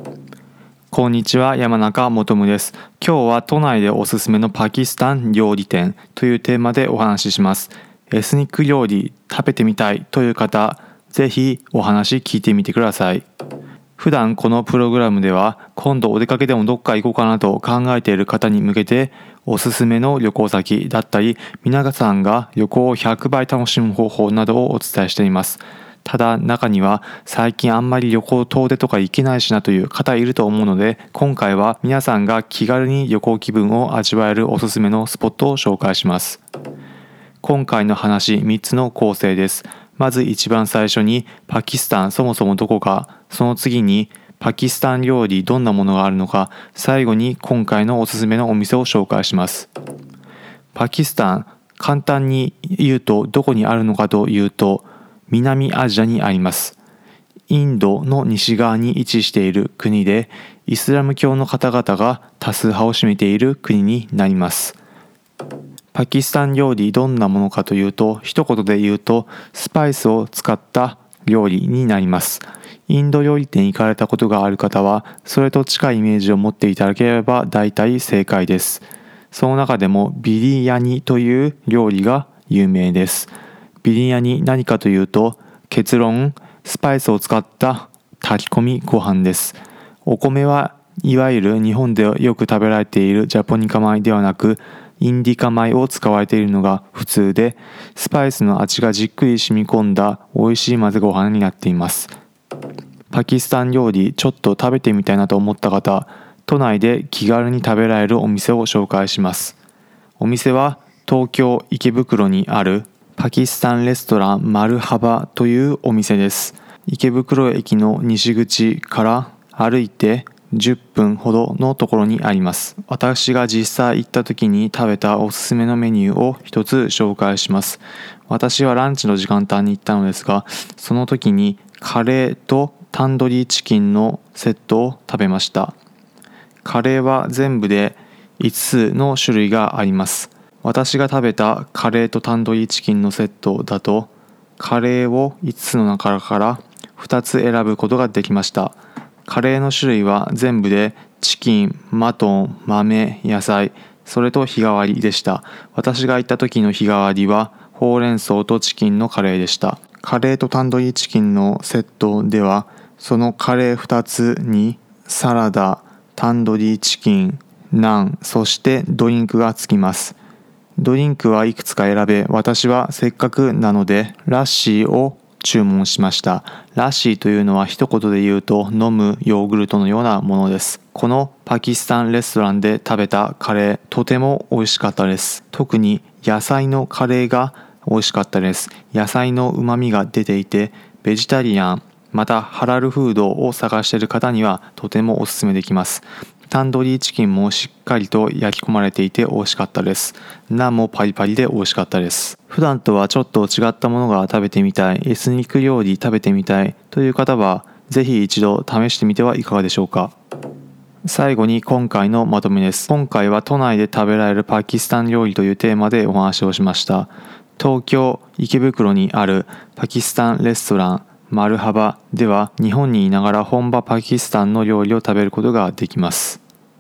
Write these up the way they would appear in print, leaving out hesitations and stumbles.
こんにちは、山中もとむです。今日は都内でおすすめのパキスタン料理店というテーマでお話しします。エスニック料理食べてみたいという方、ぜひお話聞いてみてください。普段このプログラムでは今度お出かけでもどっか行こうかなと考えている方に向けておすすめの旅行先だったり、皆さんが旅行を100倍楽しむ方法などをお伝えしています。ただ中には最近あんまり旅行遠出とか行けないしなという方いると思うので、今回は皆さんが気軽に旅行気分を味わえるおすすめのスポットを紹介します。今回の話3つの構成です。まず一番最初にパキスタンそもそもどこか、その次にパキスタン料理どんなものがあるのか、最後に今回のおすすめのお店を紹介します。パキスタン、簡単に言うとどこにあるのかというと、南アジアにあります。インドの西側に位置している国で、イスラム教の方々が多数派を占めている国になります。パキスタン料理どんなものかというと、一言で言うとスパイスを使った料理になります。インド料理店行かれたことがある方は、それと近いイメージを持っていただければ大体正解です。その中でもビリヤニという料理が有名です。ビリヤニ何かというと、結論、スパイスを使った炊き込みご飯です。お米はいわゆる日本でよく食べられているジャポニカ米ではなく、インディカ米を使われているのが普通で、スパイスの味がじっくり染み込んだ美味しい混ぜご飯になっています。パキスタン料理ちょっと食べてみたいなと思った方、都内で気軽に食べられるお店を紹介します。お店は東京池袋にあるパキスタンレストランマルハバというお店です。池袋駅の西口から歩いて10分ほどのところにあります。私が実際行った時に食べたおすすめのメニューを一つ紹介します。私はランチの時間帯に行ったのですが、その時にカレーとタンドリーチキンのセットを食べました。カレーは全部で5つの種類があります。私が食べたカレーとタンドリーチキンのセットだと、カレーを5つの中から2つ選ぶことができました。カレーの種類は全部でチキン、マトン、豆、野菜、それと日替わりでした。私が行った時の日替わりはほうれん草とチキンのカレーでした。カレーとタンドリーチキンのセットでは、そのカレー2つにサラダ、タンドリーチキン、ナン、そしてドリンクがつきます。ドリンクはいくつか選べ、私はせっかくなのでラッシーを注文しました。ラッシーというのは一言で言うと飲むヨーグルトのようなものです。このパキスタンレストランで食べたカレー、とても美味しかったです。特に野菜のカレーが美味しかったです。野菜の旨味が出ていて、ベジタリアン、またハラルフードを探している方にはとてもおすすめできます。タンドリーチキンもしっかりと焼き込まれていて美味しかったです。ナンもパリパリで美味しかったです。普段とはちょっと違ったものが食べてみたい、エスニック料理食べてみたいという方は、ぜひ一度試してみてはいかがでしょうか。最後に今回のまとめです。今回は都内で食べられるパキスタン料理というテーマでお話をしました。東京池袋にあるパキスタンレストランマルハバでは、日本にいながら本場パキスタンの料理を食べることができます。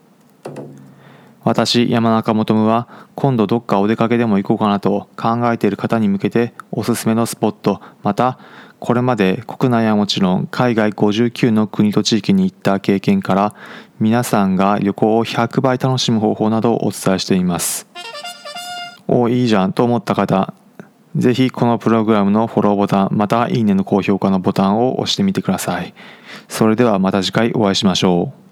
私、山中もとむは今度どっかお出かけでも行こうかなと考えている方に向けておすすめのスポット、またこれまで国内はもちろん海外59の国と地域に行った経験から、皆さんが旅行を100倍楽しむ方法などをお伝えしています。いいじゃんと思った方、ぜひこのプログラムのフォローボタン、またいいねの高評価のボタンを押してみてください。それではまた次回お会いしましょう。